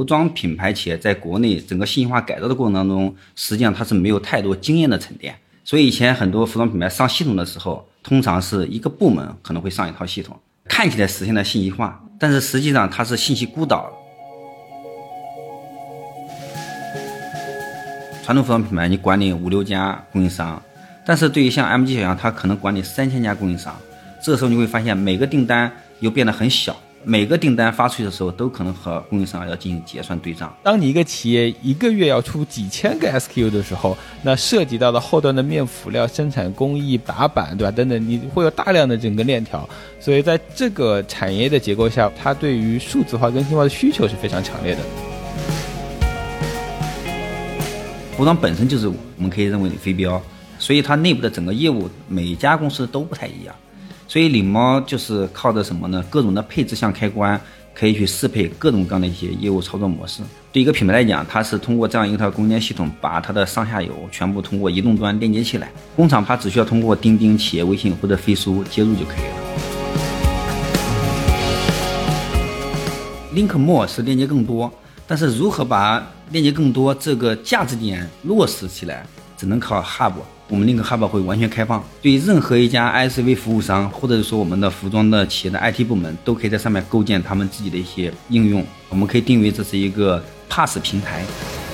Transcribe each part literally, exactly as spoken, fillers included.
服装品牌企业在国内整个信息化改造的过程当中，实际上它是没有太多经验的沉淀，所以以前很多服装品牌上系统的时候，通常是一个部门可能会上一套系统，看起来实现了信息化，但是实际上它是信息孤岛。传统服装品牌你管理五六家供应商，但是对于像 M G 小样，它可能管理三千家供应商，这时候你会发现每个订单又变得很小，每个订单发出去的时候都可能和供应商要进行结算对账。 当你一个企业一个月要出几千个 S K U 的时候，那涉及到的后端的面辅料生产工艺打板，对吧，等等，你会有大量的整个链条，所以在这个产业的结构下，它对于数字化更新化的需求是非常强烈的。 服装本身就是我们可以认为的非标，所以它内部的整个业务每一家公司都不太一样，所以领猫就是靠着什么呢？各种的配置项开关可以去适配各种各样的一些业务操作模式。对一个品牌来讲，它是通过这样一套供应链系统，把它的上下游全部通过移动端链接起来，工厂它只需要通过钉钉、企业微信或者飞书接入就可以了。Link more 是链接更多，但是如何把链接更多这个价值点落实起来，只能靠 Hub。我们 Link Hub 会完全开放，对于任何一家 I S V 服务商，或者说我们的服装的企业的 I T 部门，都可以在上面构建他们自己的一些应用。我们可以定位这是一个 P A S S 平台。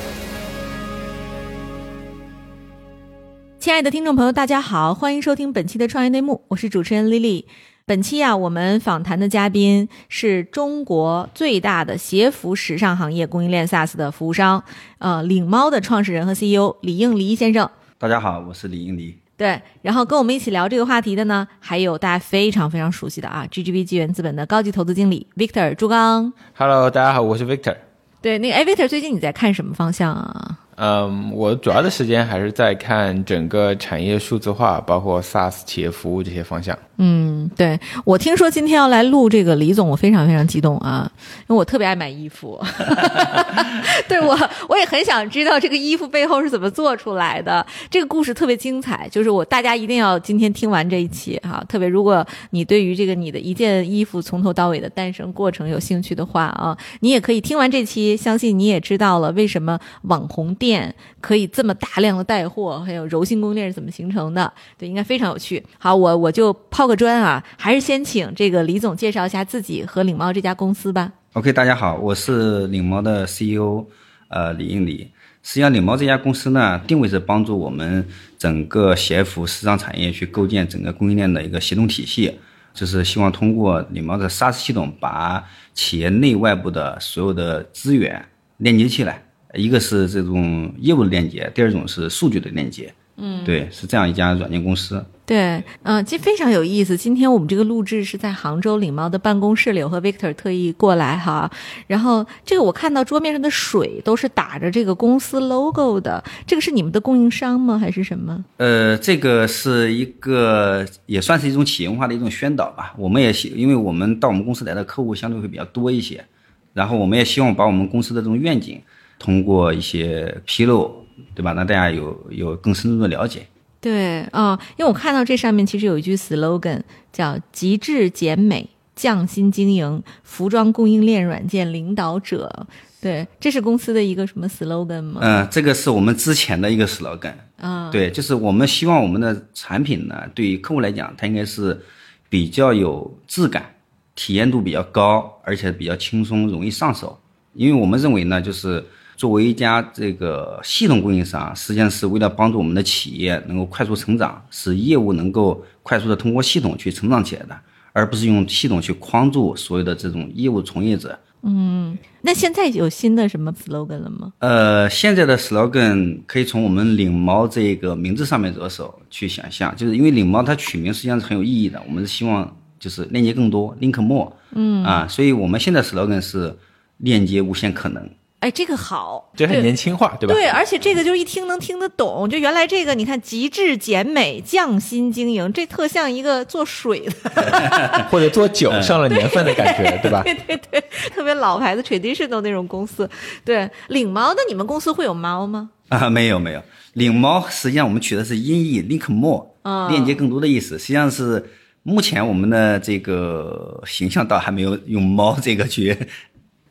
亲爱的听众朋友，大家好，欢迎收听本期的创业内幕，我是主持人 Lily。本期啊，我们访谈的嘉宾是中国最大的鞋服时尚行业供应链 SaaS 的服务商，呃，领猫的创始人和 C E O 李应黎先生。 大家好，我是李应黎。 对，然后跟我们一起聊这个话题的呢，还有大家非常非常熟悉的啊 ，G G B 纪元资本的高级投资经理 Victor 朱刚。 Hello， 大家好，我是 Victor。 对，那个哎 Victor 最近你在看什么方向啊？ 嗯，我主要的时间还是在看整个产业数字化，包括 SaaS 企业服务这些方向。 嗯，对，我听说今天要来录这个李总，我非常非常激动啊，因为我特别爱买衣服。对，我我也很想知道这个衣服背后是怎么做出来的，这个故事特别精彩，就是我大家一定要今天听完这一期哈，特别如果你对于这个你的一件衣服从头到尾的诞生过程有兴趣的话啊，你也可以听完这期，相信你也知道了为什么网红店店可以这么大量的带货，还有柔性供应链是怎么形成的，对，应该非常有趣。好，我我就抛个砖啊，还是先请这个李总介绍一下自己和领猫这家公司吧。 OK， 大家好，我是领猫的 C E O 呃李应黎。实际上领猫这家公司呢，定位是帮助我们整个鞋服时尚产业去构建整个供应链的一个协同体系，就是希望通过领猫的 SaaS 系统把企业内外部的所有的资源链接起来，一个是这种业务的链接，第二种是数据的链接。嗯，对，是这样一家软件公司。 对，嗯，这非常有意思。今天我们这个录制是在杭州领猫的办公室里，我和 Victor 特意过来哈。然后这个我看到桌面上的水都是打着这个公司 logo 的，这个是你们的供应商吗？还是什么？ 呃，这个是一个也算是一种企业文化的一种宣导吧。我们也因为我们到我们公司来的客户相对会比较多一些，然后我们也希望把我们公司的这种愿景通过一些披露，对吧？让大家有有更深入的了解。 对，哦，因为我看到这上面其实有一句 slogan 叫极致减美匠心经营服装供应链软件领导者。对，这是公司的一个什么 slogan 吗？ 嗯、呃，这个是我们之前的一个 slogan。 啊， 对，就是我们希望我们的产品呢，对于客户来讲，它应该是比较有质感，体验度比较高，而且比较轻松，容易上手。因为我们认为呢，就是作为一家这个系统供应商，实际上是为了帮助我们的企业能够快速成长，使业务能够快速的通过系统去成长起来的，而不是用系统去框住所有的这种业务从业者。 嗯，那现在有新的什么 slogan 了吗？ 呃，现在的 slogan 可以从我们领猫这个名字上面着手去想象，就是因为领猫它取名实际上是很有意义的，我们是希望就是链接更多 ，link more。嗯啊，所以我们现在 slogan 是链接无限可能。 哎，这个好， 这很年轻化， 对, 对吧？ 对，而且这个就一听能听得懂。就原来这个，你看极致减美、匠心经营，这特像一个做水的， 或者做酒上了年份的感觉， 对, 对吧？ 对对对，特别老牌的 traditional 那种公司。对，领猫的你们公司会有猫吗？ 啊，没有没有，领猫实际上我们取的是音译 link more，、哦、链接更多的意思，实际上是目前我们的这个形象倒还没有用猫这个去。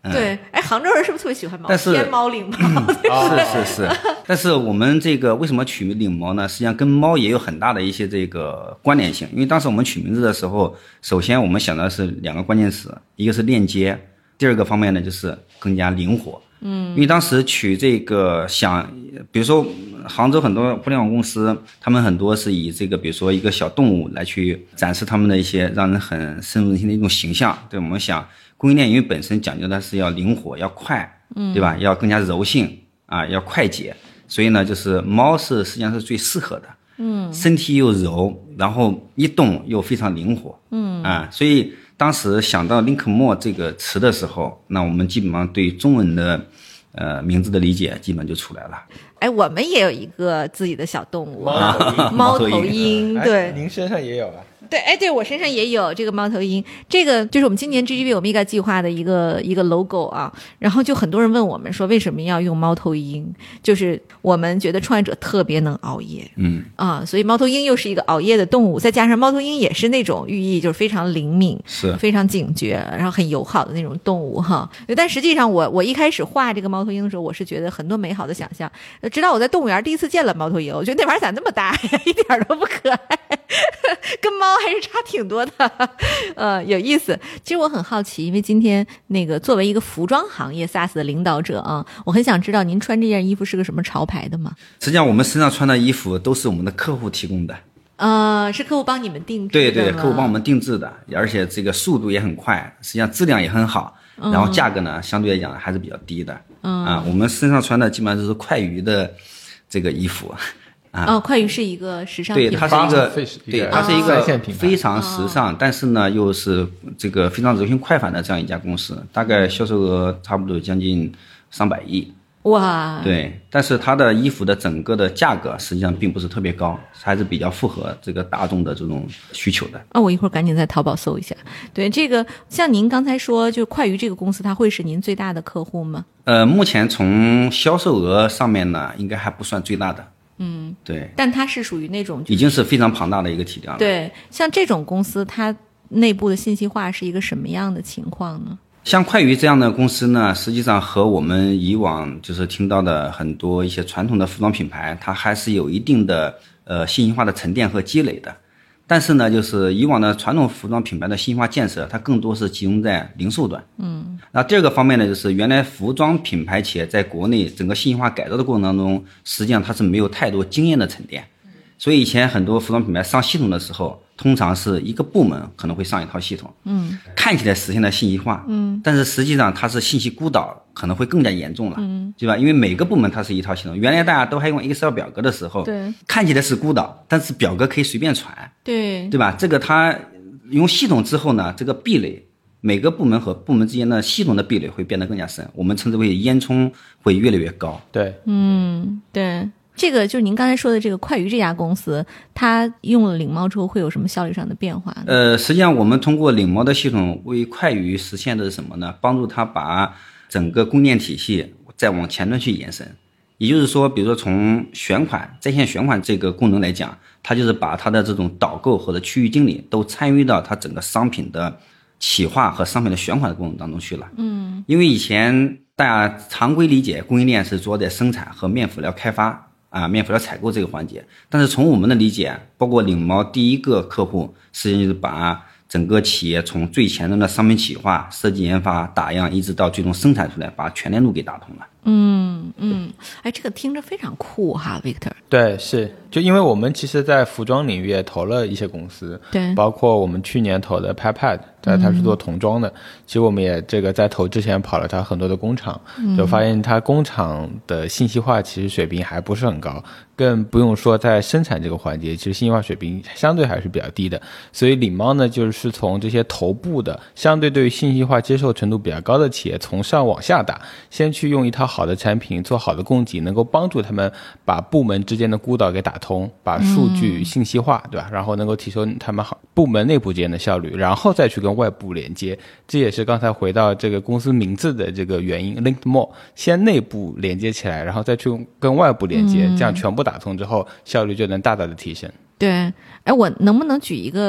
对，哎，杭州人是不是特别喜欢猫？ 但是天猫领猫， 是是是，但是我们这个为什么取领猫呢？实际上跟猫也有很大的一些这个关联性。因为当时我们取名字的时候，首先我们想的是两个关键词，一个是链接，第二个方面呢就是更加灵活。嗯，因为当时取这个想，比如说杭州很多互联网公司，他们很多是以这个比如说一个小动物来去展示他们的一些让人很深入人心的一种形象。对，我们想供应链因为本身讲究的是要灵活要快，嗯，对吧？要更加柔性啊，要快捷，所以呢就是猫是实际上是最适合的。嗯，身体又柔，然后一动又非常灵活。嗯啊，所以当时想到 link more 这个词的时候，那我们基本上对中文的呃名字的理解基本就出来了。 哎，我们也有一个自己的小动物， 猫头鹰， 猫头鹰，对， 哎，您身上也有啊？ 对，哎，对我身上也有这个猫头鹰，这个就是我们今年 G G V Omega 计划的一个一个 logo 啊。然后就很多人问我们说，为什么要用猫头鹰？就是我们觉得创业者特别能熬夜， 嗯啊，所以猫头鹰又是一个熬夜的动物，再加上猫头鹰也是那种寓意就是非常灵敏， 是非常警觉，然后很友好的那种动物哈。但实际上我我一开始画这个猫头鹰的时候，我是觉得很多美好的想象，直到我在动物园第一次见了猫头鹰，我觉得那玩意儿咋那么大呀，一点都不可爱，跟猫还是差挺多的，呃，有意思。其实我很好奇，因为今天那个作为一个服装行业 SaaS 的领导者啊，我很想知道您穿这件衣服是个什么潮牌的吗？ 实际上我们身上穿的衣服都是我们的客户提供的。 呃，是客户帮你们定制的。 对对，客户帮我们定制的，而且这个速度也很快，实际上质量也很好，然后价格呢、嗯、相对来讲还是比较低的。嗯啊，我们身上穿的基本上都是快鱼的这个衣服。啊、 哦，快鱼是一个时尚品牌，对，它是一个，对，它是一个非常时尚，哦、但是呢又是这个非常柔性快返的这样一家公司，大概销售额差不多将近上百亿。 哇， 对，但是它的衣服的整个的价格实际上并不是特别高，还是比较符合这个大众的这种需求的。 哦，我一会儿赶紧在淘宝搜一下。对，这个像您刚才说，就快鱼这个公司，它会是您最大的客户吗？ 呃，目前从销售额上面呢，应该还不算最大的。 嗯， 对， 但它是属于那种、就是、 已经是非常庞大的一个体量了。 对，像这种公司，它内部的信息化是一个什么样的情况呢？ 像快鱼这样的公司呢，实际上和我们以往就是听到的很多一些传统的服装品牌，它还是有一定的呃信息化的沉淀和积累的。但是呢，就是以往的传统服装品牌的信息化建设，它更多是集中在零售端。嗯，那第二个方面呢，就是原来服装品牌企业在国内整个信息化改造的过程当中，实际上它是没有太多经验的沉淀。所以以前很多服装品牌上系统的时候，通常是一个部门可能会上一套系统，嗯，看起来实现了信息化，嗯，但是实际上它是信息孤岛，可能会更加严重了，嗯，对吧？因为每个部门它是一套系统，原来大家都还用 Excel 表格的时候， 对， 看起来是孤岛，但是表格可以随便传， 对， 对吧？这个它用系统之后呢，这个壁垒，每个部门和部门之间的系统的壁垒会变得更加深，我们称之为烟囱会越来越高， 对， 嗯，对。这个就是您刚才说的这个快鱼这家公司，它用了领猫之后会有什么效率上的变化呢？ 呃，实际上我们通过领猫的系统为快鱼实现的是什么呢？帮助它把整个供应链体系再往前端去延伸。也就是说，比如说从选款在线选款这个功能来讲，它就是把它的这种导购或者区域经理都参与到它整个商品的企划和商品的选款的过程当中去了。嗯，因为以前大家常规理解供应链是主要在生产和面辅料开发啊，面辅料采购这个环节，但是从我们的理解，包括领猫第一个客户，实际上就是把整个企业从最前端的商品企划、设计研发、打样，一直到最终生产出来，把全链路给打通了。 嗯嗯，哎，这个听着非常酷哈 ，Victor。 对，是，就因为我们其实在服装领域也投了一些公司， 对， 包括我们去年投的 Pipad， 但它是做童装的、嗯、其实我们也这个在投之前跑了它很多的工厂、嗯、就发现它工厂的信息化其实水平还不是很高，更不用说在生产这个环节，其实信息化水平相对还是比较低的。所以领猫呢，就是从这些头部的相对对于信息化接受程度比较高的企业，从上往下打，先去用一套好的产品做好的供给，能够帮助他们把部门之间的孤岛给打通，把数据信息化、嗯、对吧？然后能够提升他们好部门内部之间的效率，然后再去跟外部连接。这也是刚才回到这个公司名字的这个原因 Linked More， 先内部连接起来，然后再去跟外部连接、嗯、这样全部打通之后效率就能大大的提升。 对，哎，我能不能举一个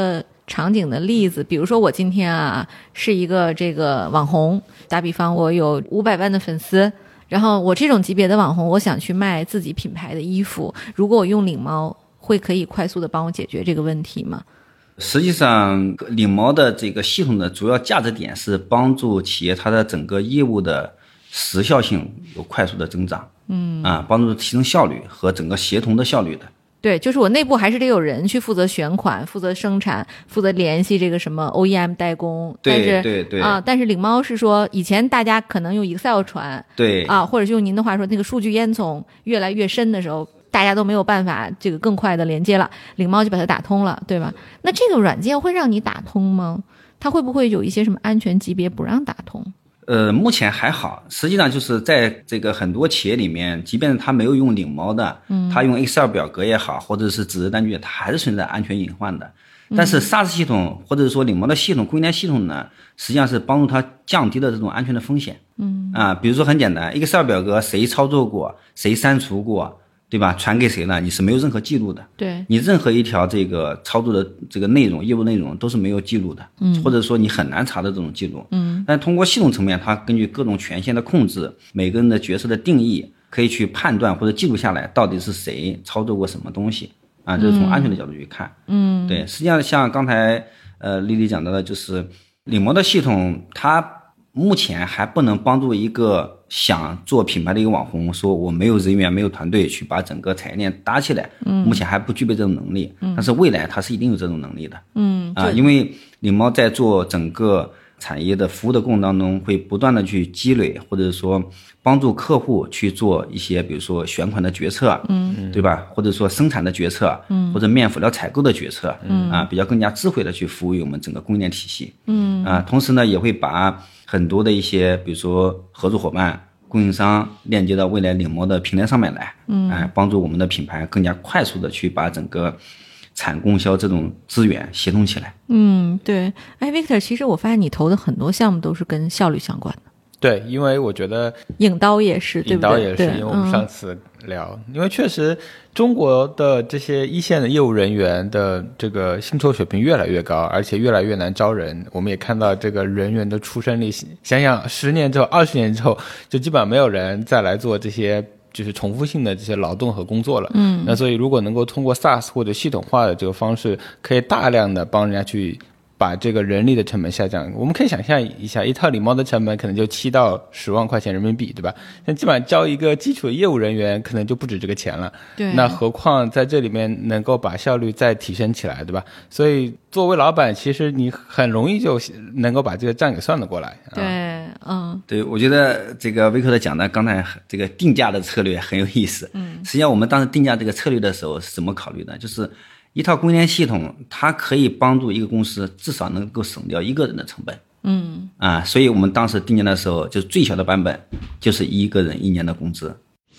场景的例子，比如说我今天啊是一个这个网红，打比方我有五百万的粉丝，然后我这种级别的网红，我想去卖自己品牌的衣服，如果我用领猫，会可以快速的帮我解决这个问题吗？ 实际上领猫的这个系统的主要价值点是帮助企业它的整个业务的时效性有快速的增长，嗯啊，帮助提升效率和整个协同的效率的。 对，就是我内部还是得有人去负责选款、负责生产、负责联系这个什么 O E M 代工。 对但是对对啊，但是领猫是说，以前大家可能用 Excel 传， 对啊，或者是用您的话说，那个数据烟囱越来越深的时候，大家都没有办法这个更快的连接了，领猫就把它打通了，对吧？那这个软件会让你打通吗？它会不会有一些什么安全级别不让打通？ 呃，目前还好，实际上就是在这个很多企业里面，即便是他没有用领猫的，嗯，他用 Excel 表格也好，或者是纸质单据，它还是存在安全隐患的。但是 SaaS 系统或者说领猫的系统、供应链系统呢，实际上是帮助它降低了这种安全的风险。嗯啊，比如说很简单 ，Excel 表格谁操作过，谁删除过，对吧？传给谁了，你是没有任何记录的。 对， 你任何一条这个操作的这个内容、业务内容都是没有记录的，嗯，或者说你很难查到这种记录，嗯。但通过系统层面，它根据各种权限的控制、每个人的角色的定义，可以去判断或者记录下来到底是谁操作过什么东西啊，这是从安全的角度去看，嗯，对。实际上，像刚才呃丽丽讲到的，就是领猫的系统，它目前还不能帮助一个想做品牌的一个网红说我没有人员没有团队去把整个产业链搭起来，嗯，目前还不具备这种能力，嗯，但是未来它是一定有这种能力的，嗯啊，因为领猫在做整个产业的服务的过程当中，会不断的去积累，或者说帮助客户去做一些，比如说选款的决策，嗯，对吧？或者说生产的决策，嗯，或者面辅料采购的决策，嗯啊，比较更加智慧的去服务于我们整个供应链体系，嗯啊，同时呢，也会把很多的一些，比如说合作伙伴、供应商链接到未来领猫的平台上面来，嗯，哎，帮助我们的品牌更加快速的去把整个产供销这种资源协同起来。 嗯，对。哎 ，Victor， 其实我发现你投的很多项目都是跟效率相关的。 对，因为我觉得影刀也是，对不对？ 影刀也是，因为我们上次聊，嗯、因为确实中国的这些一线的业务人员的这个薪酬水平越来越高，而且越来越难招人。我们也看到这个人员的出生率，想想十年之后、二十年之后，就基本上没有人再来做这些就是重复性的这些劳动和工作了。嗯，那所以如果能够通过 SaaS 或者系统化的这个方式，可以大量的帮人家去把这个人力的成本下降。我们可以想象一下，一套领猫的成本可能就七到十万块钱人民币，对吧？那基本上招一个基础的业务人员可能就不止这个钱了。 对， 那何况在这里面能够把效率再提升起来，对吧？所以作为老板，其实你很容易就能够把这个账给算得过来。 对，嗯， 对，我觉得这个维克的讲的刚才这个定价的策略很有意思。嗯，实际上我们当时定价这个策略的时候是怎么考虑的？就是一套供应链系统，它可以帮助一个公司至少能够省掉一个人的成本。嗯啊，所以我们当时定价的时候，就最小的版本就是一个人一年的工资。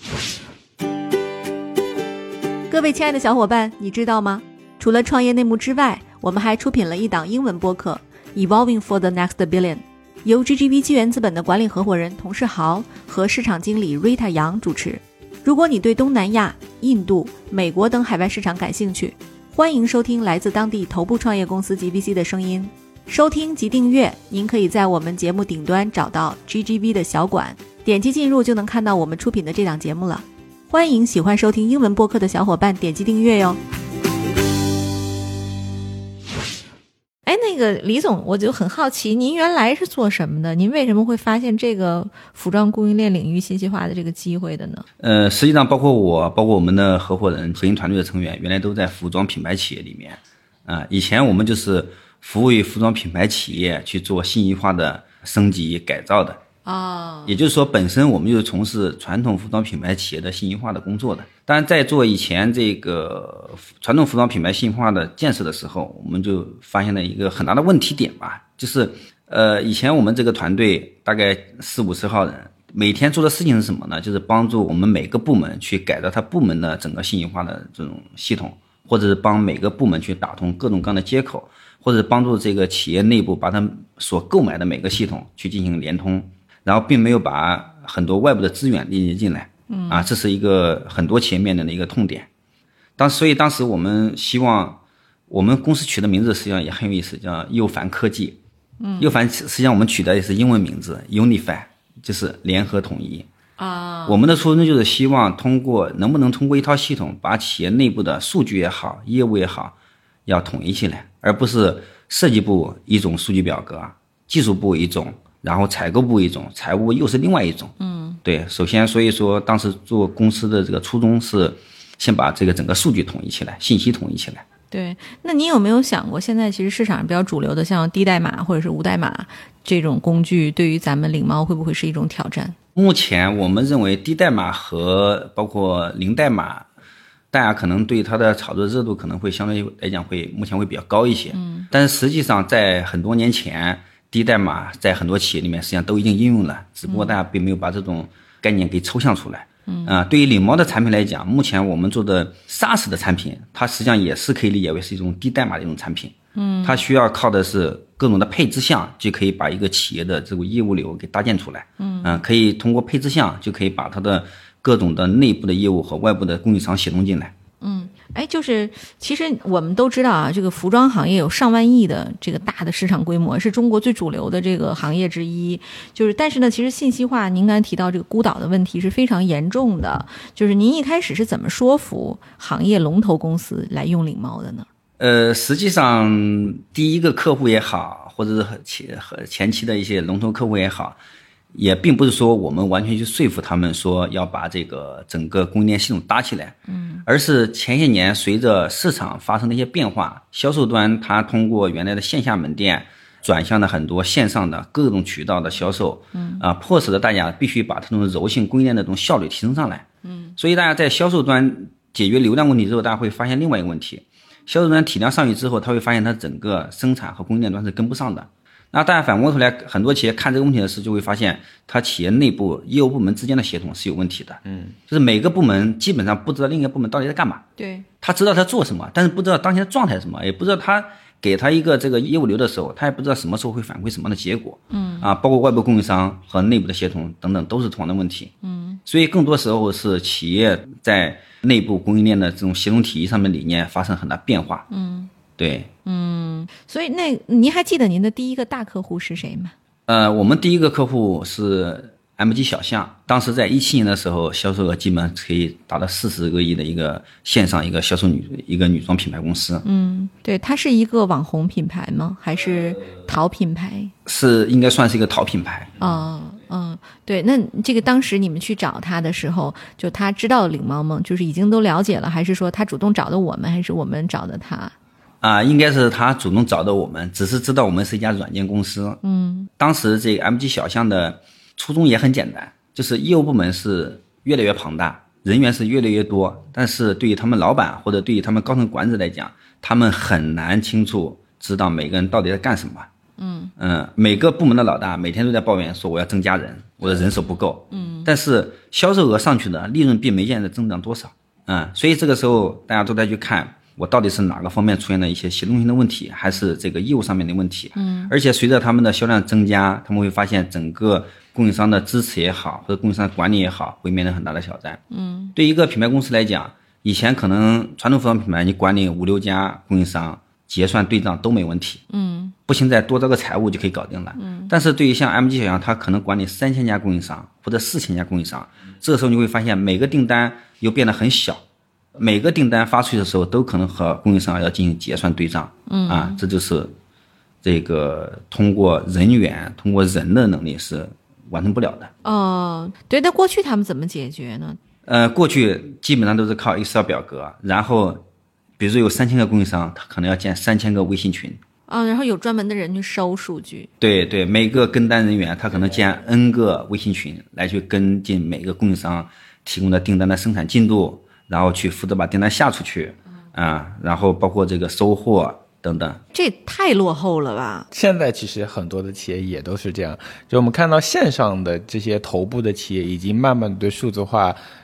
各位亲爱的小伙伴，你知道吗？除了创业内幕之外，我们还出品了一档英文播客 Evolving for the Next Billion， 由 G G V 纪元资本的管理合伙人童世豪和市场经理 Rita 杨主持。如果你对东南亚、印度、美国等海外市场感兴趣，欢迎收听来自当地头部创业公司 G V C 的声音。收听及订阅，您可以在我们节目顶端找到 G G V 的小馆，点击进入就能看到我们出品的这档节目了。欢迎喜欢收听英文播客的小伙伴点击订阅哟。哎，那个李总，我就很好奇，您原来是做什么的？您为什么会发现这个服装供应链领域信息化的这个机会的呢？ 呃，实际上包括我，包括我们的合伙人、核心团队的成员，原来都在服装品牌企业里面。啊、呃，以前我们就是服务于服装品牌企业去做信息化的升级改造的。 哦， 也就是说，本身我们就是从事传统服装品牌企业的信息化的工作的。当然，在做以前这个传统服装品牌信息化的建设的时候，我们就发现了一个很大的问题点吧，就是呃，以前我们这个团队大概四五十号人，每天做的事情是什么呢？就是帮助我们每个部门去改造它部门的整个信息化的这种系统，或者是帮每个部门去打通各种各样的接口，或者帮助这个企业内部把他们所购买的每个系统去进行联通。然后并没有把很多外部的资源链接进来，嗯啊，这是一个很多企业面临的一个痛点。当所以当时我们希望我们公司取的名字实际上也很有意思，叫优凡科技。嗯，优凡实际上我们取的也是英文名字 Unify， 就是联合统一。 啊， 我们的初衷就是希望通过能不能通过一套系统把企业内部的数据也好业务也好要统一起来，而不是设计部一种数据表格，技术部一种，然后采购部一种，财务又是另外一种。嗯，对，首先所以说当时做公司的这个初衷是先把这个整个数据统一起来，信息统一起来。 对，那你有没有想过现在其实市场上比较主流的像低代码或者是无代码这种工具对于咱们领猫会不会是一种挑战？ 目前我们认为低代码和包括零代码，大家可能对它的炒作热度可能会相对来讲会目前会比较高一些。嗯，但是实际上在很多年前，低代码在很多企业里面实际上都已经应用了，只不过大家并没有把这种概念给抽象出来。嗯，啊、呃，对于领猫的产品来讲，目前我们做的 SaaS 的产品，它实际上也是可以理解为是一种低代码的一种产品。嗯，它需要靠的是各种的配置项，就可以把一个企业的这个业务流给搭建出来。嗯，呃，可以通过配置项就可以把它的各种的内部的业务和外部的供应商协同进来。 嗯，哎，就是其实我们都知道啊，这个服装行业有上万亿的这个大的市场规模，是中国最主流的这个行业之一。就是但是呢，其实信息化，您刚才提到这个孤岛的问题是非常严重的。就是您一开始是怎么说服行业龙头公司来用领猫的呢？ 呃，实际上第一个客户也好，或者是前和前期的一些龙头客户也好，也并不是说我们完全去说服他们说要把这个整个供应链系统搭起来，嗯，而是前些年随着市场发生的一些变化，销售端它通过原来的线下门店转向了很多线上的各种渠道的销售，嗯，啊、呃，迫使的大家必须把这种柔性供应链的这种效率提升上来，嗯，所以大家在销售端解决流量问题之后，大家会发现另外一个问题。销售端体量上去之后，他会发现他整个生产和供应链端是跟不上的。那大家反过头来，很多企业看这个问题的时候，就会发现他企业内部业务部门之间的协同是有问题的。嗯，就是每个部门基本上不知道另一个部门到底在干嘛。 对， 他知道他做什么，但是不知道当前的状态是什么，也不知道他给他一个这个业务流的时候，他也不知道什么时候会反馈什么样的结果。嗯，啊，包括外部供应商和内部的协同等等，都是同样的问题。嗯，所以更多时候是企业在内部供应链的这种协同体系上面理念发生很大变化。嗯，对， 嗯，所以那您还记得您的第一个大客户是谁吗？ 呃，我们第一个客户是 M G 小象，当时在一七年的时候，销售额基本可以达到四十个亿的一个线上一个销售女一个女装品牌公司。嗯， 对，它是一个网红品牌吗？还是淘品牌？ 是应该算是一个淘品牌。 哦。嗯，对，那这个当时你们去找他的时候，就他知道领猫吗？就是已经都了解了，还是说他主动找的我们，还是我们找的他？ 啊、呃，应该是他主动找的我们，只是知道我们是一家软件公司。嗯，当时这个 M G 小象的初衷也很简单，就是业务部门是越来越庞大，人员是越来越多，但是对于他们老板或者对于他们高层管理来讲，他们很难清楚知道每个人到底在干什么。嗯嗯，每个部门的老大每天都在抱怨说我要增加人，我的人手不够。嗯，但是销售额上去的，利润并没见得增长多少。嗯，所以这个时候大家都在去看我到底是哪个方面出现了一些协同性的问题，还是这个业务上面的问题。嗯，而且随着他们的销量增加，他们会发现整个供应商的支持也好，或者供应商的管理也好，会面临很大的挑战。嗯，对一个品牌公司来讲，以前可能传统服装品牌你管理五六家供应商，结算对账都没问题。嗯，不行再多招个财务就可以搞定了。嗯，但是对于像 M G 小象，它可能管理三千家供应商或者四千家供应商，这个时候你会发现每个订单又变得很小，每个订单发出去的时候都可能和供应商要进行结算对账。嗯啊，这就是这个通过人员通过人的能力是完成不了的。 哦，对，那过去他们怎么解决呢？ 呃，过去基本上都是靠 Excel 表格，然后比如说有三千个供应商，他可能要建三千个微信群。 啊、哦，然后有专门的人去收数据。 对对，每个跟单人员他可能建 N 个微信群来去跟进每个供应商提供的订单的生产进度，然后去负责把订单下出去啊、嗯，然后包括这个收货等等。 这太落后了吧？ 现在其实很多的企业也都是这样，就我们看到线上的这些头部的企业已经慢慢对数字化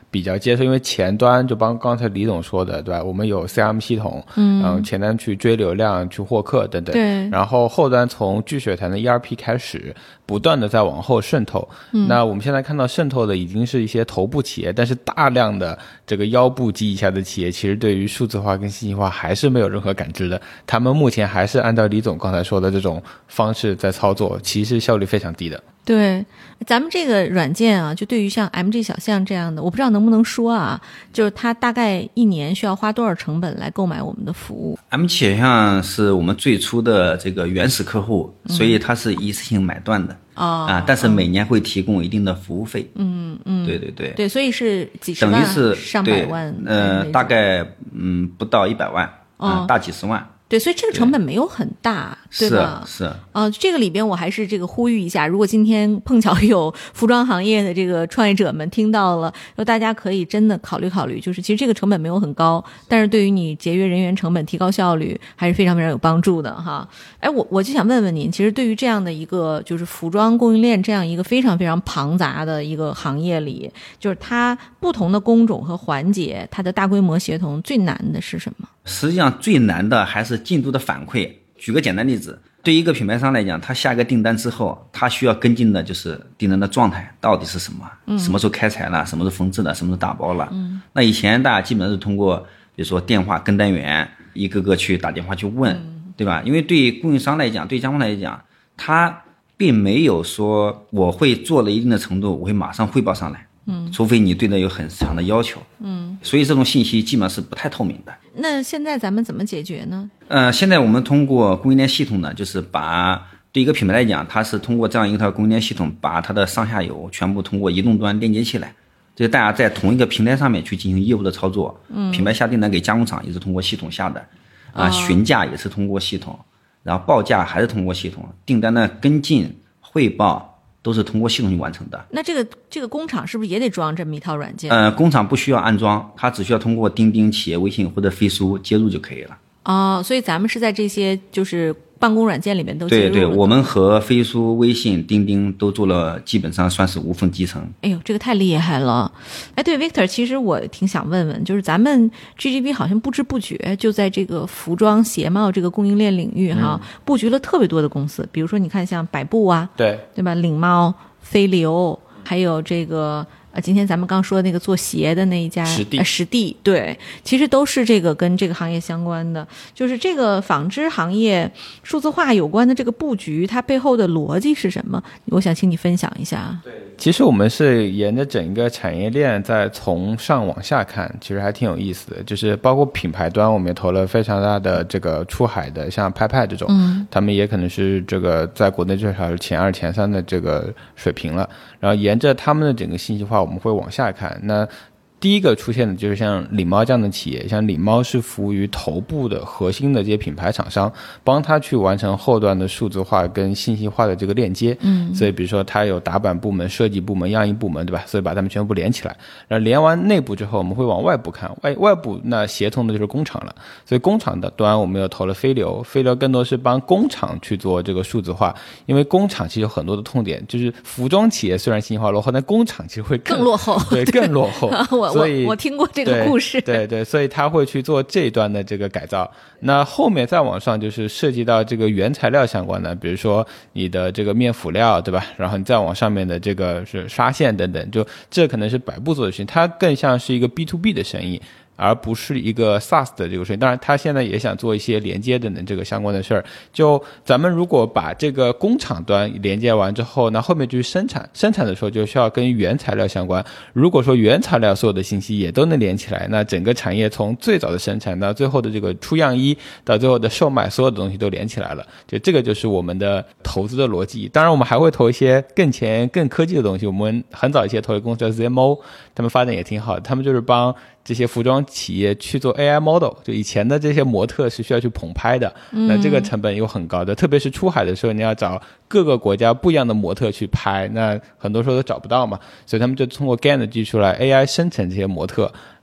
比较接受，因为前端就帮刚才李总说的，对吧？我们有 C R M 系统，嗯，然后前端去追流量、去获客等等， 对。 然后后端从聚水潭的 E R P 开始，不断的在往后渗透。嗯，那我们现在看到渗透的已经是一些头部企业，但是大量的这个腰部及以下的企业，其实对于数字化跟信息化还是没有任何感知的。他们目前还是按照李总刚才说的这种方式在操作，其实效率非常低的。 对，咱们这个软件啊，就对于像 M G 小象这样的，我不知道能不能说啊，就是它大概一年需要花多少成本来购买我们的服务 ？M G 小象是我们最初的这个原始客户，嗯、所以它是一次性买断的。 哦、 啊，但是每年会提供一定的服务费。 嗯嗯， 对对对， 对，所以是几十万， 等于是上百万， 呃，大概嗯不到一百万，啊、 哦， 大几十万。 对，所以这个成本没有很大，对吧？ 是是。 呃，这个里边我还是这个呼吁一下，如果今天碰巧有服装行业的这个创业者们听到了，说大家可以真的考虑考虑，就是其实这个成本没有很高，但是对于你节约人员成本、提高效率还是非常非常有帮助的哈。哎，我我就想问问您，其实对于这样的一个就是服装供应链这样一个非常非常庞杂的一个行业里，就是它不同的工种和环节，它的大规模协同最难的是什么？ 实际上最难的还是进度的反馈。举个简单例子，对于一个品牌商来讲，他下一个订单之后，他需要跟进的就是订单的状态到底是什么，嗯、什么时候开采了，什么时候缝制了，什么时候打包了。嗯、那以前大家基本上是通过比如说电话跟单员一个个去打电话去问，嗯、对吧？因为对供应商来讲，对加工来讲，他并没有说我会做了一定的程度，我会马上汇报上来。嗯，除非你对他有很强的要求，嗯，所以这种信息基本上是不太透明的。 那现在咱们怎么解决呢？ 呃，现在我们通过供应链系统呢，就是把对一个品牌来讲，它是通过这样一套供应链系统，把它的上下游全部通过移动端连接起来，就是大家在同一个平台上面去进行业务的操作。嗯，品牌下订单给加工厂也是通过系统下的，啊，询价也是通过系统，然后报价还是通过系统，订单的跟进汇报都是通过系统去完成的。 那这个这个工厂是不是也得装这么一套软件？ 呃，工厂不需要安装，它只需要通过钉钉、企业微信或者飞书接入就可以了。 哦，所以咱们是在这些就是办公软件里面都接入了。 对对，我们和飞书、微信、钉钉都做了，基本上算是无缝集成。 哎呦，这个太厉害了！哎，对 ，Victor， 其实我挺想问问，就是咱们 G G B 好像不知不觉就在这个服装鞋帽这个供应链领域哈、嗯，布局了特别多的公司，比如说你看像百步啊， 对对吧？领猫、飞流，还有这个。呃，今天咱们刚说的那个做鞋的那一家实地、 呃、实地，对，其实都是这个跟这个行业相关的，就是这个纺织行业数字化有关的这个布局，它背后的逻辑是什么？我想请你分享一下。 对，其实我们是沿着整个产业链在从上往下看，其实还挺有意思的。就是包括品牌端，我们也投了非常大的这个出海的，像拍拍这种，嗯，他们也可能是这个在国内至少是前二、前三的这个水平了。然后沿着他们的整个信息化，我们会往下看。那第一个出现的就是像领猫这样的企业，像领猫是服务于头部的核心的这些品牌厂商，帮他去完成后端的数字化跟信息化的这个链接。嗯，所以比如说他有打版部门、设计部门、样衣部门，对吧？所以把他们全部连起来。然后连完内部之后，我们会往外部看，外外部那协同的就是工厂了。所以工厂的端我们又投了飞流，飞流更多是帮工厂去做这个数字化，因为工厂其实有很多的痛点，就是服装企业虽然信息化落后，但工厂其实会 更, 更落后， 对，更落后。所以我我听过这个故事， 对 对, 对，所以他会去做这一段的这个改造。那后面再往上就是涉及到这个原材料相关的，比如说你的这个面辅料，对吧？然后你再往上面的这个是纱线等等，就这可能是百步做的事情，它更像是一个 B to B 的生意，而不是一个 SaaS 的这个事情。当然他现在也想做一些连接等等这个相关的事儿。就咱们如果把这个工厂端连接完之后，那后面就是生产，生产的时候就需要跟原材料相关。如果说原材料所有的信息也都能连起来，那整个产业从最早的生产到最后的这个出样衣到最后的售卖，所有的东西都连起来了。就这个就是我们的投资的逻辑。当然我们还会投一些更前更科技的东西。我们很早一些投一个公司叫 Z M O， 他们发展也挺好的，他们就是帮这些服装企业去做 A I model， 就以前的这些模特是需要去棚拍的，那这个成本又很高的，特别是出海的时候，你要找各个国家不一样的模特去拍，那很多时候都找不到嘛，所以他们就通过 G A N 的技术来 A I 生成这些模特，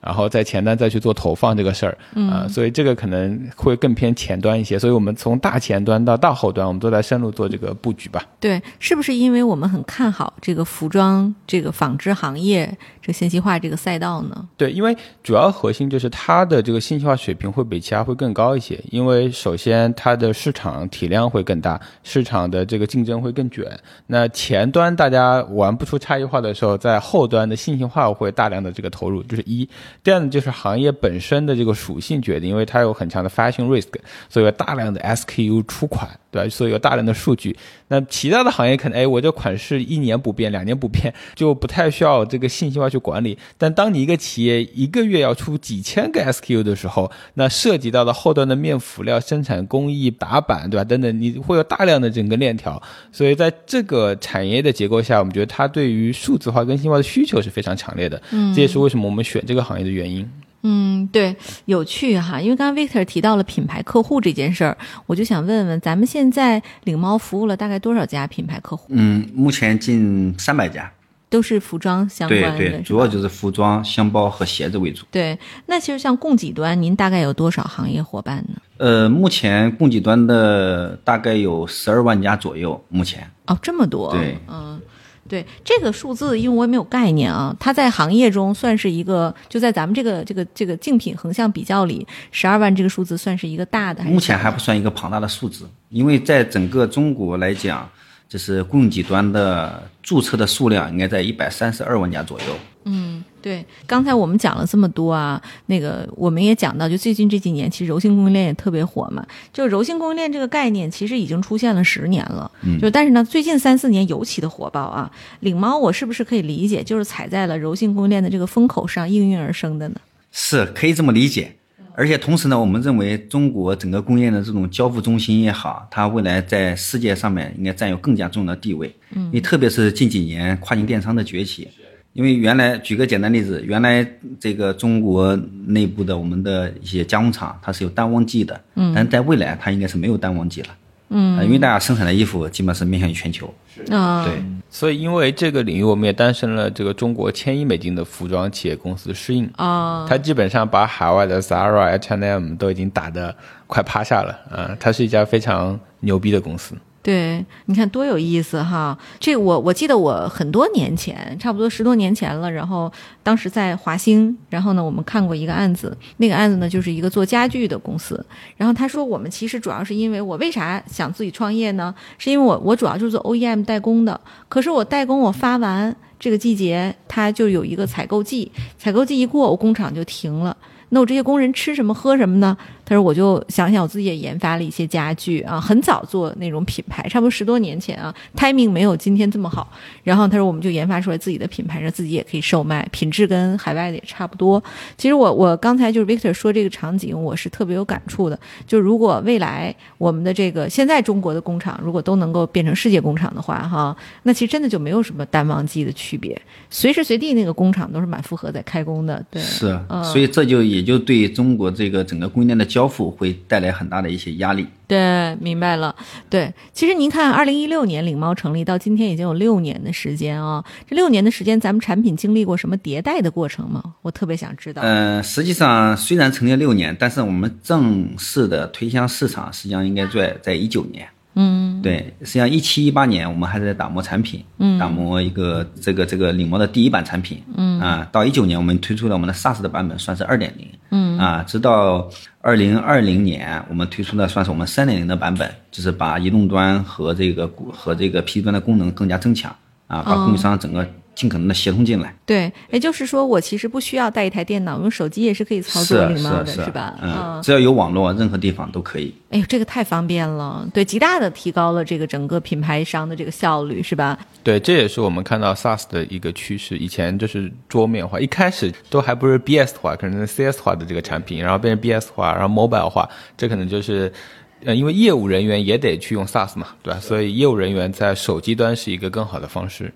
然后在前端再去做投放这个事儿啊、 嗯呃，所以这个可能会更偏前端一些。所以我们从大前端到大后端，我们都在深入做这个布局吧。 对，是不是因为我们很看好这个服装、这个纺织行业、这信息化这个赛道呢？ 对，因为主要核心就是它的这个信息化水平会比其他会更高一些。因为首先它的市场体量会更大，市场的这个竞争会更卷。那前端大家玩不出差异化的时候，在后端的信息化会大量的这个投入，就是一。第二呢，就是行业本身的这个属性决定，因为它有很强的 fashion risk， 所以有大量的 S K U 出款，对吧？所以有大量的数据。那其他的行业可能，哎，我这款式一年不变，两年不变，就不太需要这个信息化去管理。但当你一个企业一个月要出几千个 S K U 的时候，那涉及到的后端的面辅料生产工艺、打版，对吧？等等，你会有大量的整个链条。所以在这个产业的结构下，我们觉得它对于数字化跟信息化的需求是非常强烈的。嗯，这也是为什么我们选这个行业的原因。 嗯，对，有趣哈，因为刚刚 Victor 提到了品牌客户这件事儿，我就想问问，咱们现在领猫服务了大概多少家品牌客户？ 嗯，目前近三百家， 都是服装相关的。 对对，主要就是服装、箱包和鞋子为主。 对，那其实像供给端，您大概有多少行业伙伴呢？ 呃，目前供给端的大概有十二万家左右，目前。 哦，这么多。 对， 嗯。对这个数字，因为我也没有概念啊，它在行业中算是一个，就在咱们这个这个这个竞品横向比较里，十二万这个数字算是一个大的还是小的？ 目前还不算一个庞大的数字，因为在整个中国来讲，就是供给端的注册的数量应该在一百三十二万家左右。 嗯，对，刚才我们讲了这么多啊，那个我们也讲到，就最近这几年，其实柔性供应链也特别火嘛。就柔性供应链这个概念，其实已经出现了十年了，嗯，就但是呢，最近三四年尤其的火爆啊。领猫，我是不是可以理解，就是踩在了柔性供应链的这个风口上应运而生的呢？ 是，可以这么理解。而且同时呢，我们认为中国整个供应链的这种交付中心也好，它未来在世界上面应该占有更加重要的地位。嗯，因为特别是近几年跨境电商的崛起。因为原来举个简单例子，原来这个中国内部的我们的一些加工厂它是有淡旺季的，嗯，但在未来它应该是没有淡旺季了，嗯、呃，因为大家生产的衣服基本是面向于全球， 啊， 对， 所以因为这个领域，我们也诞生了这个中国千亿美金的服装企业公司适应啊， 它基本上把海外的 Zara、H and M 都已经打得快趴下了啊，它是一家非常牛逼的公司。 对，你看多有意思哈！这我我记得我很多年前，差不多十多年前了，然后当时在华兴，然后呢我们看过一个案子，那个案子呢就是一个做家具的公司，然后他说我们其实主要是因为我为啥想自己创业呢？是因为我我主要就是做 O E M 代工的，可是我代工我发完这个季节它就有一个采购季，采购季一过我工厂就停了。那我这些工人吃什么喝什么呢？他说我就想想我自己也研发了一些家具啊，很早做那种品牌，差不多十多年前啊 timing 没有今天这么好。然后他说我们就研发出来自己的品牌，让自己也可以售卖，品质跟海外的也差不多。其实我我刚才就是 Victor 说这个场景，我是特别有感触的。就如果未来我们的这个现在中国的工厂如果都能够变成世界工厂的话哈，那其实真的就没有什么淡旺季的区别，随时随地那个工厂都是满负荷在开工的。对， 是， 嗯、 所以这就也就对中国这个整个供应链的交付会带来很大的一些压力。 对，明白了。对，其实您看二零一六年领猫成立到今天已经有六年的时间啊、哦，这六年的时间咱们产品经历过什么迭代的过程吗？我特别想知道。 呃，实际上虽然成立六年，但是我们正式的推向市场实际上应该在在一九年。 嗯， 对，实际上一七一八年我们还是在打磨产品，嗯，打磨一个这个这个领猫的第一版产品，嗯啊，到一九年我们推出了我们的 SaaS 的版本，算是 二点零， 嗯啊，直到二零二零年我们推出的算是我们 三点零 的版本，就是把移动端和这个和这个 P C 端的功能更加增强啊，把供应商整个尽可能的协同进来。 对，也就是说我其实不需要带一台电脑，用手机也是可以操作领猫的， 是, 是, 是吧？ 嗯，只要有网络，任何地方都可以。 哎呦，这个太方便了，对，极大的提高了这个整个品牌商的这个效率，是吧？ 对，这也是我们看到 SaaS 的一个趋势。以前就是桌面化，一开始都还不是 B S 化，可能是 C S 化的这个产品，然后变成 B S 化，然后 mobile 化，这可能就是呃，因为业务人员也得去用 SaaS 嘛，对吧？所以业务人员在手机端是一个更好的方式。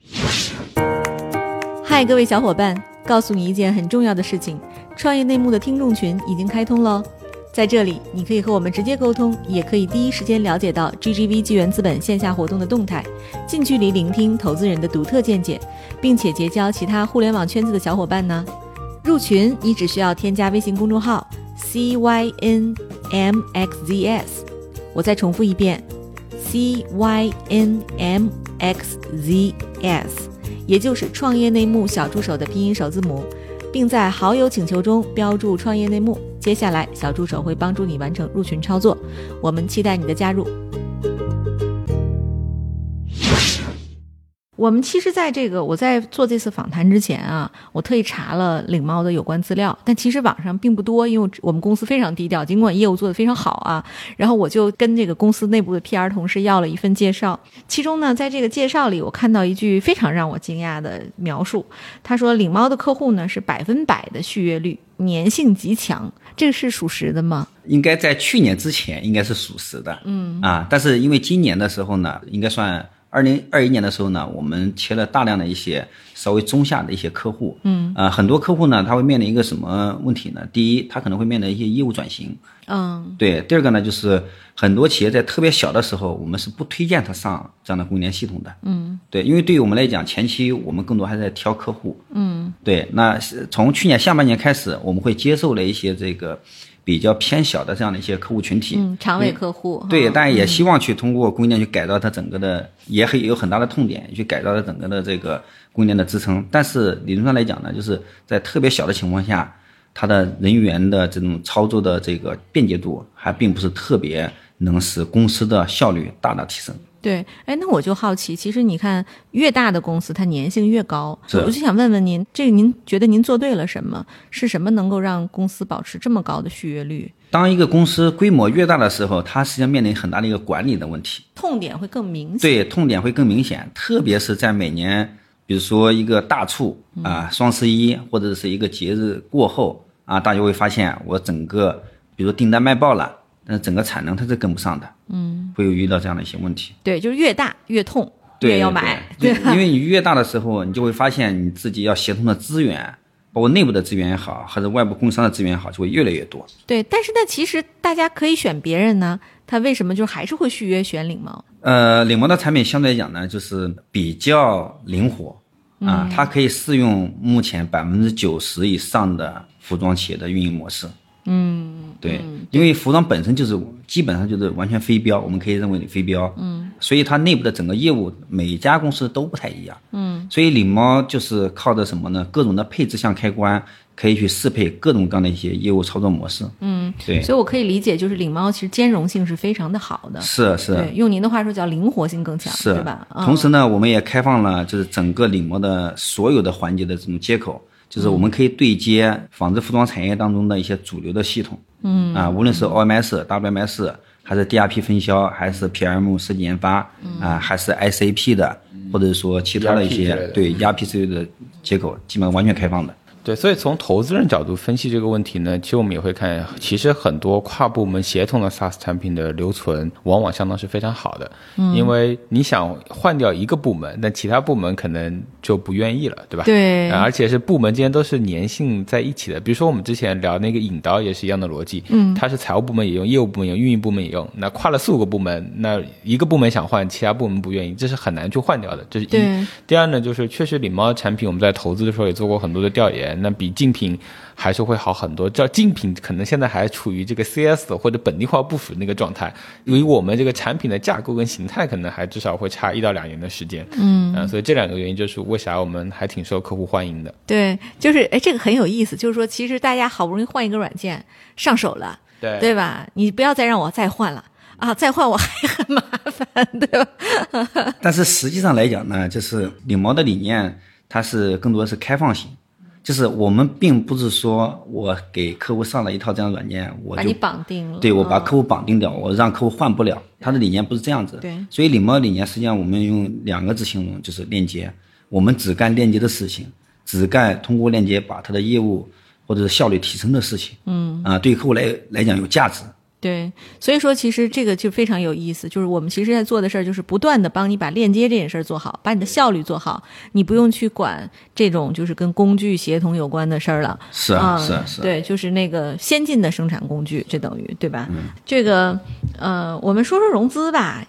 嗨，各位小伙伴，告诉你一件很重要的事情，创业内幕的听众群已经开通了。在这里你可以和我们直接沟通，也可以第一时间了解到 G G V 纪元资本线下活动的动态，近距离聆听投资人的独特见解，并且结交其他互联网圈子的小伙伴呢。 入群你只需要添加微信公众号 C Y N M X Z S， 我再重复一遍 C Y N M X Z S， 也就是创业内幕小助手的拼音首字母，并在好友请求中标注创业内幕，接下来小助手会帮助你完成入群操作，我们期待你的加入。我们其实在这个我在做这次访谈之前啊，我特意查了领猫的有关资料，但其实网上并不多，因为我们公司非常低调，尽管业务做得非常好啊。然后我就跟这个公司内部的 P R 同事要了一份介绍，其中呢，在这个介绍里我看到一句非常让我惊讶的描述，他说领猫的客户呢是百分百的续约率，粘性极强，这个是属实的吗？ 应该在去年之前应该是属实的，嗯啊，但是因为今年的时候呢，应该算二零二一年的时候呢，我们切了大量的一些稍微中下的一些客户，嗯，呃，很多客户呢，他会面临一个什么问题呢？第一，他可能会面临一些业务转型，嗯，对。第二个呢，就是很多企业在特别小的时候，我们是不推荐他上这样的供应链系统的，嗯，对，因为对于我们来讲，前期我们更多还是在挑客户，嗯，对。那从去年下半年开始，我们会接受了一些这个比较偏小的这样的一些客户群体， 嗯，长尾客户， 对，但也希望去通过供应链去改造它整个的，也很有很大的痛点，去改造它整个的这个供应链的支撑。但是理论上来讲呢，就是在特别小的情况下，它的人员的这种操作的这个便捷度还并不是特别能使公司的效率大大提升。 对，哎，那我就好奇，其实你看，越大的公司它粘性越高，我就想问问您，这个您觉得您做对了什么？是什么能够让公司保持这么高的续约率？ 当一个公司规模越大的时候，它实际上面临很大的一个管理的问题， 痛点会更明显。 对，痛点会更明显，特别是在每年，比如说一个大促啊，双十一或者是一个节日过后啊，大家会发现我整个，比如说订单卖爆了。但是整个产能它是跟不上的，嗯，会有遇到这样的一些问题。 对，就是越大越痛，越要买。 对，对，因为你越大的时候，你就会发现你自己要协同的资源，包括内部的资源也好，还是外部供应商的资源也好，就会越来越多。 对，但是那其实大家可以选别人呢，他为什么就还是会续约选领猫？ 呃，领猫的产品相对来讲呢，就是比较灵活啊，嗯、它可以适用目前百分之九十以上的服装企业的运营模式。嗯，对，因为服装本身就是基本上就是完全非标，我们可以认为你非标，嗯，所以它内部的整个业务每一家公司都不太一样，嗯，所以领猫就是靠着什么呢？各种的配置项开关可以去适配各种各样的一些业务操作模式，嗯，对， 所以我可以理解，就是领猫其实兼容性是非常的好的， 是是， 对，用您的话说叫灵活性更强， 是， 对吧？ 同时呢，我们也开放了就是整个领猫的所有的环节的这种接口。就是我们可以对接纺织服装产业当中的一些主流的系统，嗯啊，无论是 O M S、W M S， 还是 D R P 分销，还是 P M 设计研发，嗯、啊，还是 S A P 的，或者说其他的一些对 E R P 之类的接口，基本上完全开放的。 对，所以从投资人角度分析这个问题呢，其实我们也会看，其实很多跨部门协同的 SaaS 产品的留存往往相当是非常好的，嗯，因为你想换掉一个部门，但其他部门可能就不愿意了，对吧？ 对， 而且是部门之间都是粘性在一起的。比如说我们之前聊那个引刀也是一样的逻辑，嗯，它是财务部门也用，业务部门也用，运营部门也用，那跨了四五个部门，那一个部门想换，其他部门不愿意，这是很难去换掉的，这是一。第二呢，就是确实领猫产品我们在投资的时候也做过很多的调研，那比竞品还是会好很多，叫竞品可能现在还处于这个 C S 或者本地化部署那个状态，因为我们这个产品的架构跟形态可能还至少会差一到两年的时间，嗯、呃，所以这两个原因就是为啥我们还挺受客户欢迎的。 对，就是哎，这个很有意思，就是说其实大家好不容易换一个软件上手了， 对对吧？你不要再让我再换了。啊，再换我还很麻烦，对吧？ 但是实际上来讲呢，就是领猫的理念，它是更多的是开放性，就是我们并不是说我给客户上了一套这样的软件，我就把你绑定了， 对，我把客户绑定掉，我让客户换不了，他的理念不是这样子。 对， 所以领猫的理念实际上我们用两个字形容，就是链接，我们只干链接的事情，只干通过链接把他的业务或者是效率提升的事情。嗯，啊，对客户来来讲有价值。 对，所以说其实这个就非常有意思，就是我们其实在做的事儿就是不断的帮你把链接这件事儿做好，把你的效率做好，你不用去管这种就是跟工具协同有关的事儿了。 是啊，嗯、是啊，是啊。 对，就是那个先进的生产工具，这等于对吧？嗯、这个呃，我们说说融资吧。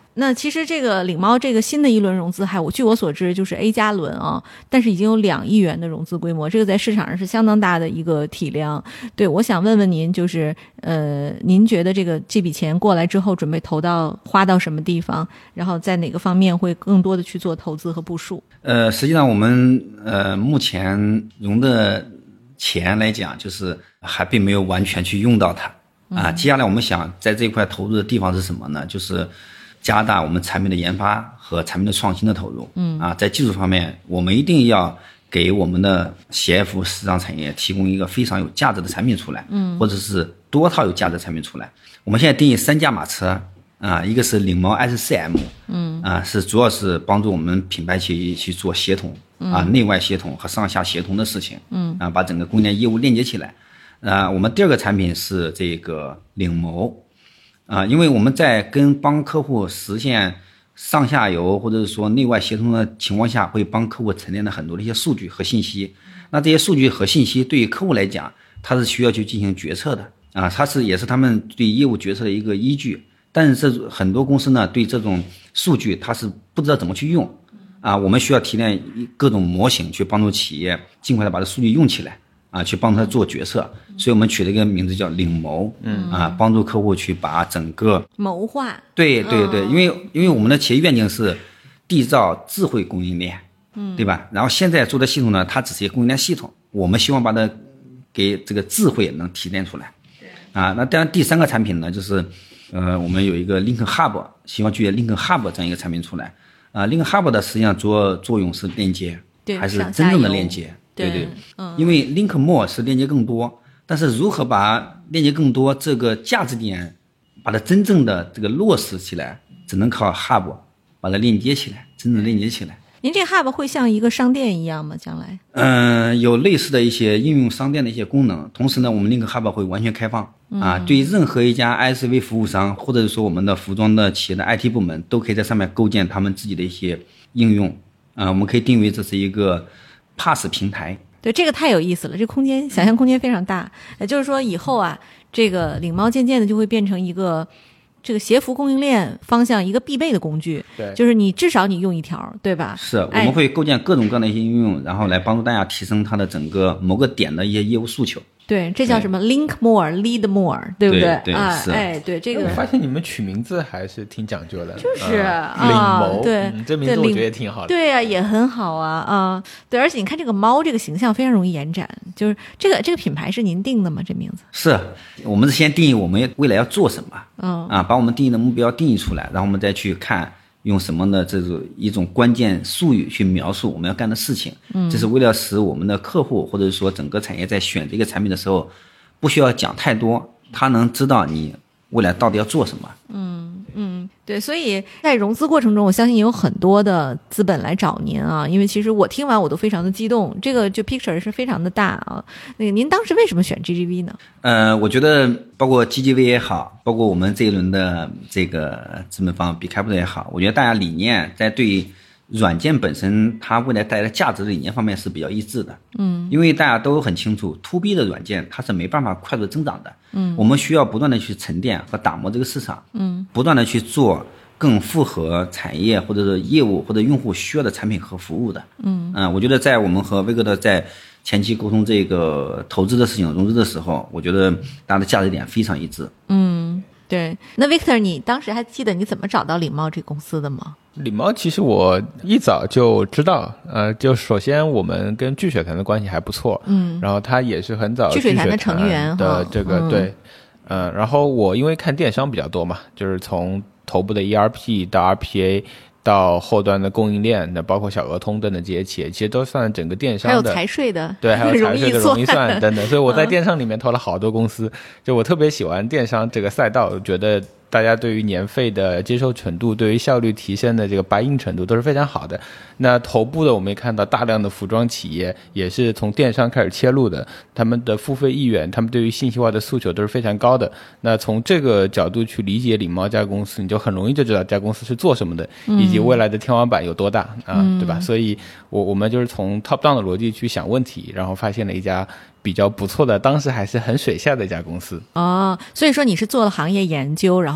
那其实这个领猫这个新的一轮融资，还我据我所知就是 A 加轮啊，但是已经有两亿元的融资规模，这个在市场上是相当大的一个体量。对，我想问问您，就是呃，您觉得这个这笔钱过来之后，准备投到花到什么地方，然后在哪个方面会更多的去做投资和部署？ 呃，实际上我们呃目前融的钱来讲，就是还并没有完全去用到它啊。接下来我们想在这一块投入的地方是什么呢？就是加大我们产品的研发和产品的创新的投入。嗯啊，在技术方面，我们一定要给我们的鞋服时尚产业提供一个非常有价值的产品出来，嗯，或者是多套有价值的产品出来。我们现在定义三驾马车啊，一个是领猫 S C M， 嗯啊，是主要是帮助我们品牌企业去做协同啊，内外协同和上下协同的事情，嗯啊，把整个供应链业务链接起来。啊，我们第二个产品是这个领谋。啊，因为我们在跟帮客户实现上下游或者是说内外协同的情况下，会帮客户沉淀了很多的一些数据和信息。那这些数据和信息对于客户来讲，它是需要去进行决策的啊，它是也是他们对业务决策的一个依据。但是这很多公司呢，对这种数据它是不知道怎么去用啊，我们需要提炼各种模型去帮助企业尽快的把这数据用起来。啊，去帮他做决策，所以我们取了一个名字叫领谋，嗯啊，帮助客户去把整个谋划， 对对对，因为因为我们的企业愿景是缔造智慧供应链，嗯，对吧？然后现在做的系统呢，它只是一个供应链系统，我们希望把它给这个智慧能提炼出来，啊，那当然第三个产品呢，就是呃，我们有一个 Link Hub， 希望具备 Link Hub 这样一个产品出来，啊 ，Link Hub 的实际上主要作用是链接，还是真正的链接。对对，嗯，因为 link more 是链接更多，但是如何把链接更多这个价值点，把它真正的这个落实起来，只能靠 hub 把它链接起来，真正链接起来。 您这 hub 会像一个商店一样吗？将来？ 嗯、呃，有类似的一些应用商店的一些功能，同时呢，我们 link hub 会完全开放、嗯、啊，对任何一家 I S V 服务商，或者是说我们的服装的企业的 I T 部门，都可以在上面构建他们自己的一些应用啊，我们可以定位这是一个P A S S 平台。 对，这个太有意思了，这空间想象空间非常大。也就是说，以后啊，这个领猫渐渐的就会变成一个这个鞋服供应链方向一个必备的工具。 对， 就是你至少你用一条，对吧？ 是，我们会构建各种各样的一些应用，然后来帮助大家提升它的整个某个点的一些业务诉求。 对，这叫什么 link more lead more， 对不对？ 对对啊， 是哎，对这个。 我发现你们取名字还是挺讲究的， 就是啊， 啊领谋， 对嗯，这名字我觉得也挺好的。 对啊，也很好啊啊，对，而且你看这个猫这个形象非常容易延展，就是这个这个品牌是您定的吗？这名字？ 是我们是先定义我们未来要做什么， 嗯啊，把我们定义的目标定义出来，然后我们再去看用什么的这种一种关键术语去描述我们要干的事情，嗯，这是为了使我们的客户或者说整个产业在选择一个产品的时候，不需要讲太多，他能知道你未来到底要做什么。 嗯嗯，对，所以在融资过程中，我相信有很多的资本来找您啊，因为其实我听完我都非常的激动，这个就 picture 是非常的大啊。那个您当时为什么选 G G V 呢？ 呃，我觉得包括 G G V 也好，包括我们这一轮的这个资本方 B Capital 也好，我觉得大家理念在对软件本身它未来带来的价值的理念方面是比较一致的。嗯，因为大家都很清楚 to B 的软件它是没办法快速增长的。嗯，我们需要不断的去沉淀和打磨这个市场。嗯，不断的去做更符合产业或者是业务或者用户需要的产品和服务的。嗯嗯、呃，我觉得在我们和威格的在前期沟通这个投资的事情融资的时候，我觉得大家的价值点非常一致。 嗯，对。那 Victor 你当时还记得你怎么找到领猫这个公司的吗？ 领猫其实我一早就知道，呃，就首先我们跟聚水潭的关系还不错，嗯，然后他也是很早聚水潭的成员的这个、 嗯、 对，呃，然后我因为看电商比较多嘛，就是从头部的 E R P 到 R P A 到后端的供应链，那包括小额通等等这些企业，其实都算整个电商的， 还有财税的， 对，还有财税的容易算等等，所以我在电商里面投了好多公司，就我特别喜欢电商这个赛道，我觉得大家对于年费的接受程度，对于效率提升的这个白印程度都是非常好的。那头部的我们也看到大量的服装企业也是从电商开始切入的，他们的付费意愿，他们对于信息化的诉求都是非常高的。那从这个角度去理解领猫这家公司，你就很容易就知道这家公司是做什么的，以及未来的天花板有多大啊，对吧？所以我我们就是从 top down 的逻辑去想问题，然后发现了一家比较不错的，当时还是很水下的一家公司。 哦，所以说你是做了行业研究，然后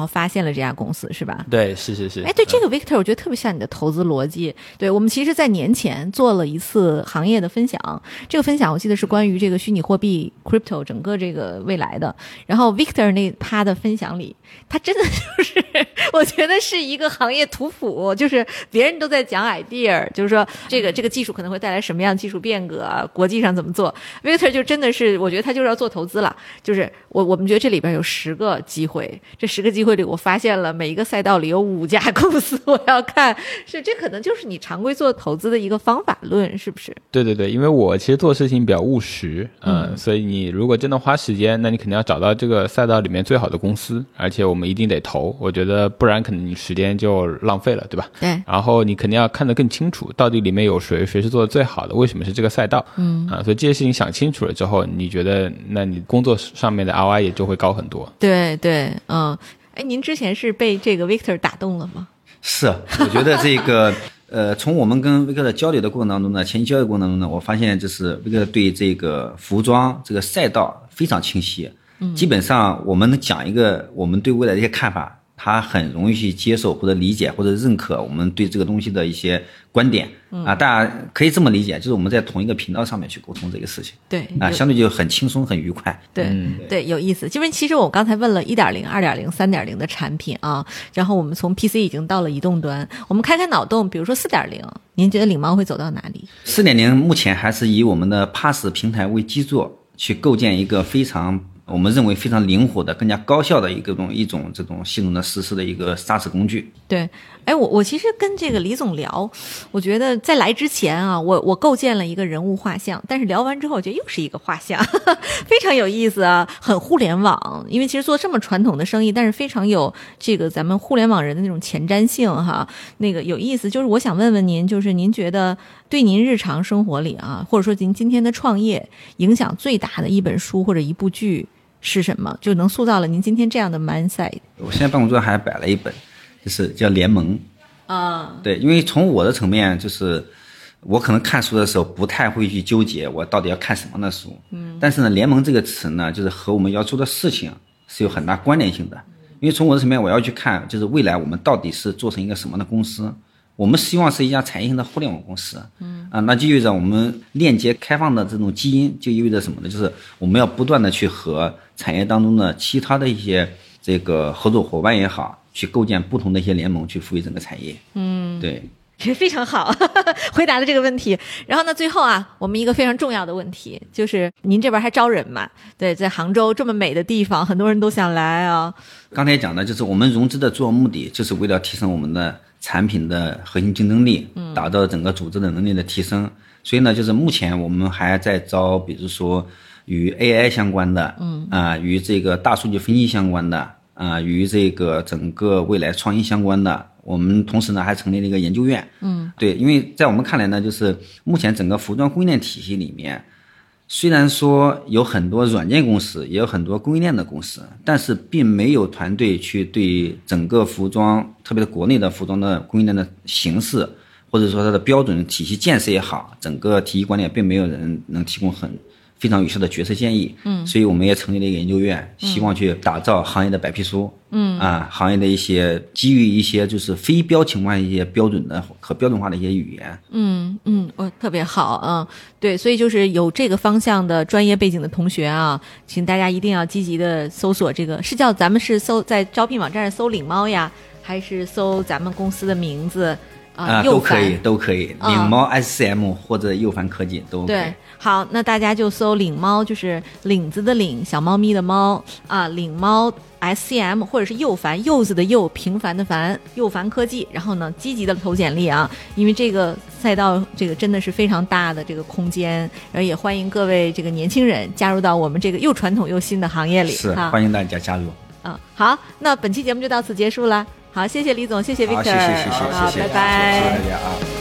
后发现了这家公司是吧？ 对，是是是。 哎，对，这个 Victor 我觉得特别像你的投资逻辑。对，我们其实在年前做了一次行业的分享，这个分享我记得是关于这个虚拟货币 crypto 整个这个未来的。然后 Victor 那他的分享里，他真的就是我觉得是一个行业图谱，就是别人都在讲 idea， 就是说这个这个技术可能会带来什么样的技术变革，国际上怎么做。Victor 就真的是，我觉得他就是要做投资了。就是我我们觉得这里边有十个机会，这十个机会里，我发现了每一个赛道里有五家公司，我要看，是这可能就是你常规做投资的一个方法论，是不是？ 对对对，因为我其实做事情比较务实，嗯，嗯所以你如果真的花时间，那你肯定要找到这个赛道里面最好的公司，而且我们一定得投，我觉得不然可能你时间就浪费了，对吧？ 对。 然后你肯定要看得更清楚，到底里面有谁，谁是做的最好的，为什么是这个赛道，嗯啊，所以这些事情想清楚了之后，你觉得那你工作上面的 R O I 也就会高很多。 对对，嗯，哎，您之前是被这个 Victor 打动了吗？ 是，我觉得这个呃，从我们跟 Victor 的交流的过程当中呢，前期交流过程当中呢，我发现就是 Victor 对这个服装这个赛道非常清晰，嗯，基本上我们能讲一个我们对未来的一些看法，他很容易去接受或者理解或者认可我们对这个东西的一些观点、嗯、啊，大家可以这么理解，就是我们在同一个频道上面去沟通这个事情， 对啊，相对就很轻松很愉快， 对、嗯、对，有意思。因为其实我刚才问了 一点零、二点零、三点零 的产品啊，然后我们从 P C 已经到了移动端，我们开开脑洞，比如说 四点零， 您觉得领猫会走到哪里？ 四点零 目前还是以我们的 P A S 平台为基座，去构建一个非常我们认为非常灵活的、更加高效的一个种一种这种系统的实施的一个 SaaS 工具。 对，哎，我我其实跟这个李总聊，我觉得在来之前啊，我我构建了一个人物画像，但是聊完之后，我觉得又是一个画像，呵呵非常有意思啊，很互联网。因为其实做这么传统的生意，但是非常有这个咱们互联网人的那种前瞻性哈，那个有意思。就是我想问问您，就是您觉得对您日常生活里啊，或者说您今天的创业影响最大的一本书或者一部剧是什么？就能塑造了您今天这样的 mindset。 我现在办公桌还摆了一本，就是叫联盟啊。对，因为从我的层面，就是我可能看书的时候不太会去纠结我到底要看什么的书，嗯，但是呢，联盟这个词呢，就是和我们要做的事情是有很大关联性的。因为从我的层面，我要去看，就是未来我们到底是做成一个什么的公司。我们希望是一家产业性的互联网公司，嗯啊，那就意味着我们链接开放的这种基因，就意味着什么呢？就是我们要不断的去和产业当中的其他的一些这个合作伙伴也好，去构建不同的一些联盟，去赋予整个产业。嗯，对。 非常好，呵呵回答了这个问题。然后呢，最后啊，我们一个非常重要的问题，就是您这边还招人嘛？对，在杭州这么美的地方，很多人都想来啊。 刚才讲的就是我们融资的主要目的，就是为了提升我们的产品的核心竞争力，达到整个组织的能力的提升。所以呢，就是目前我们还在招，比如说与 A I 相关的，嗯啊、呃，与这个大数据分析相关的，啊、呃，与这个整个未来创新相关的。我们同时呢还成立了一个研究院，嗯，对，因为在我们看来呢，就是目前整个服装供应链体系里面，虽然说有很多软件公司，也有很多供应链的公司，但是并没有团队去对整个服装，特别是国内的服装的供应链的形式，或者说它的标准体系建设也好，整个体系管理并没有人能提供很非常有效的决策建议，嗯，所以我们也成立了一个研究院，希望去打造行业的白皮书，嗯啊，行业的一些基于一些就是非标情况一些标准的可标准化的一些语言， 嗯嗯，哦，特别好，嗯，对，所以就是有这个方向的专业背景的同学啊，请大家一定要积极的搜索这个，是叫咱们是搜在招聘网站上搜领猫呀，还是搜咱们公司的名字？ 啊、呃，都可以，都可以，领猫 S C M 或者右凡科技都 OK。 对，好，那大家就搜领猫，就是领子的领，小猫咪的猫啊，领猫 S C M 或者是右凡，柚子的柚，平凡的凡，右凡科技。然后呢，积极的投简历啊，因为这个赛道这个真的是非常大的这个空间，然后也欢迎各位这个年轻人加入到我们这个又传统又新的行业里。 是，欢迎大家加入。 啊，好，那本期节目就到此结束了。好，谢谢李总，谢谢 Victor， 好，谢谢谢谢， 好， 谢谢， 拜拜， 谢谢大家啊。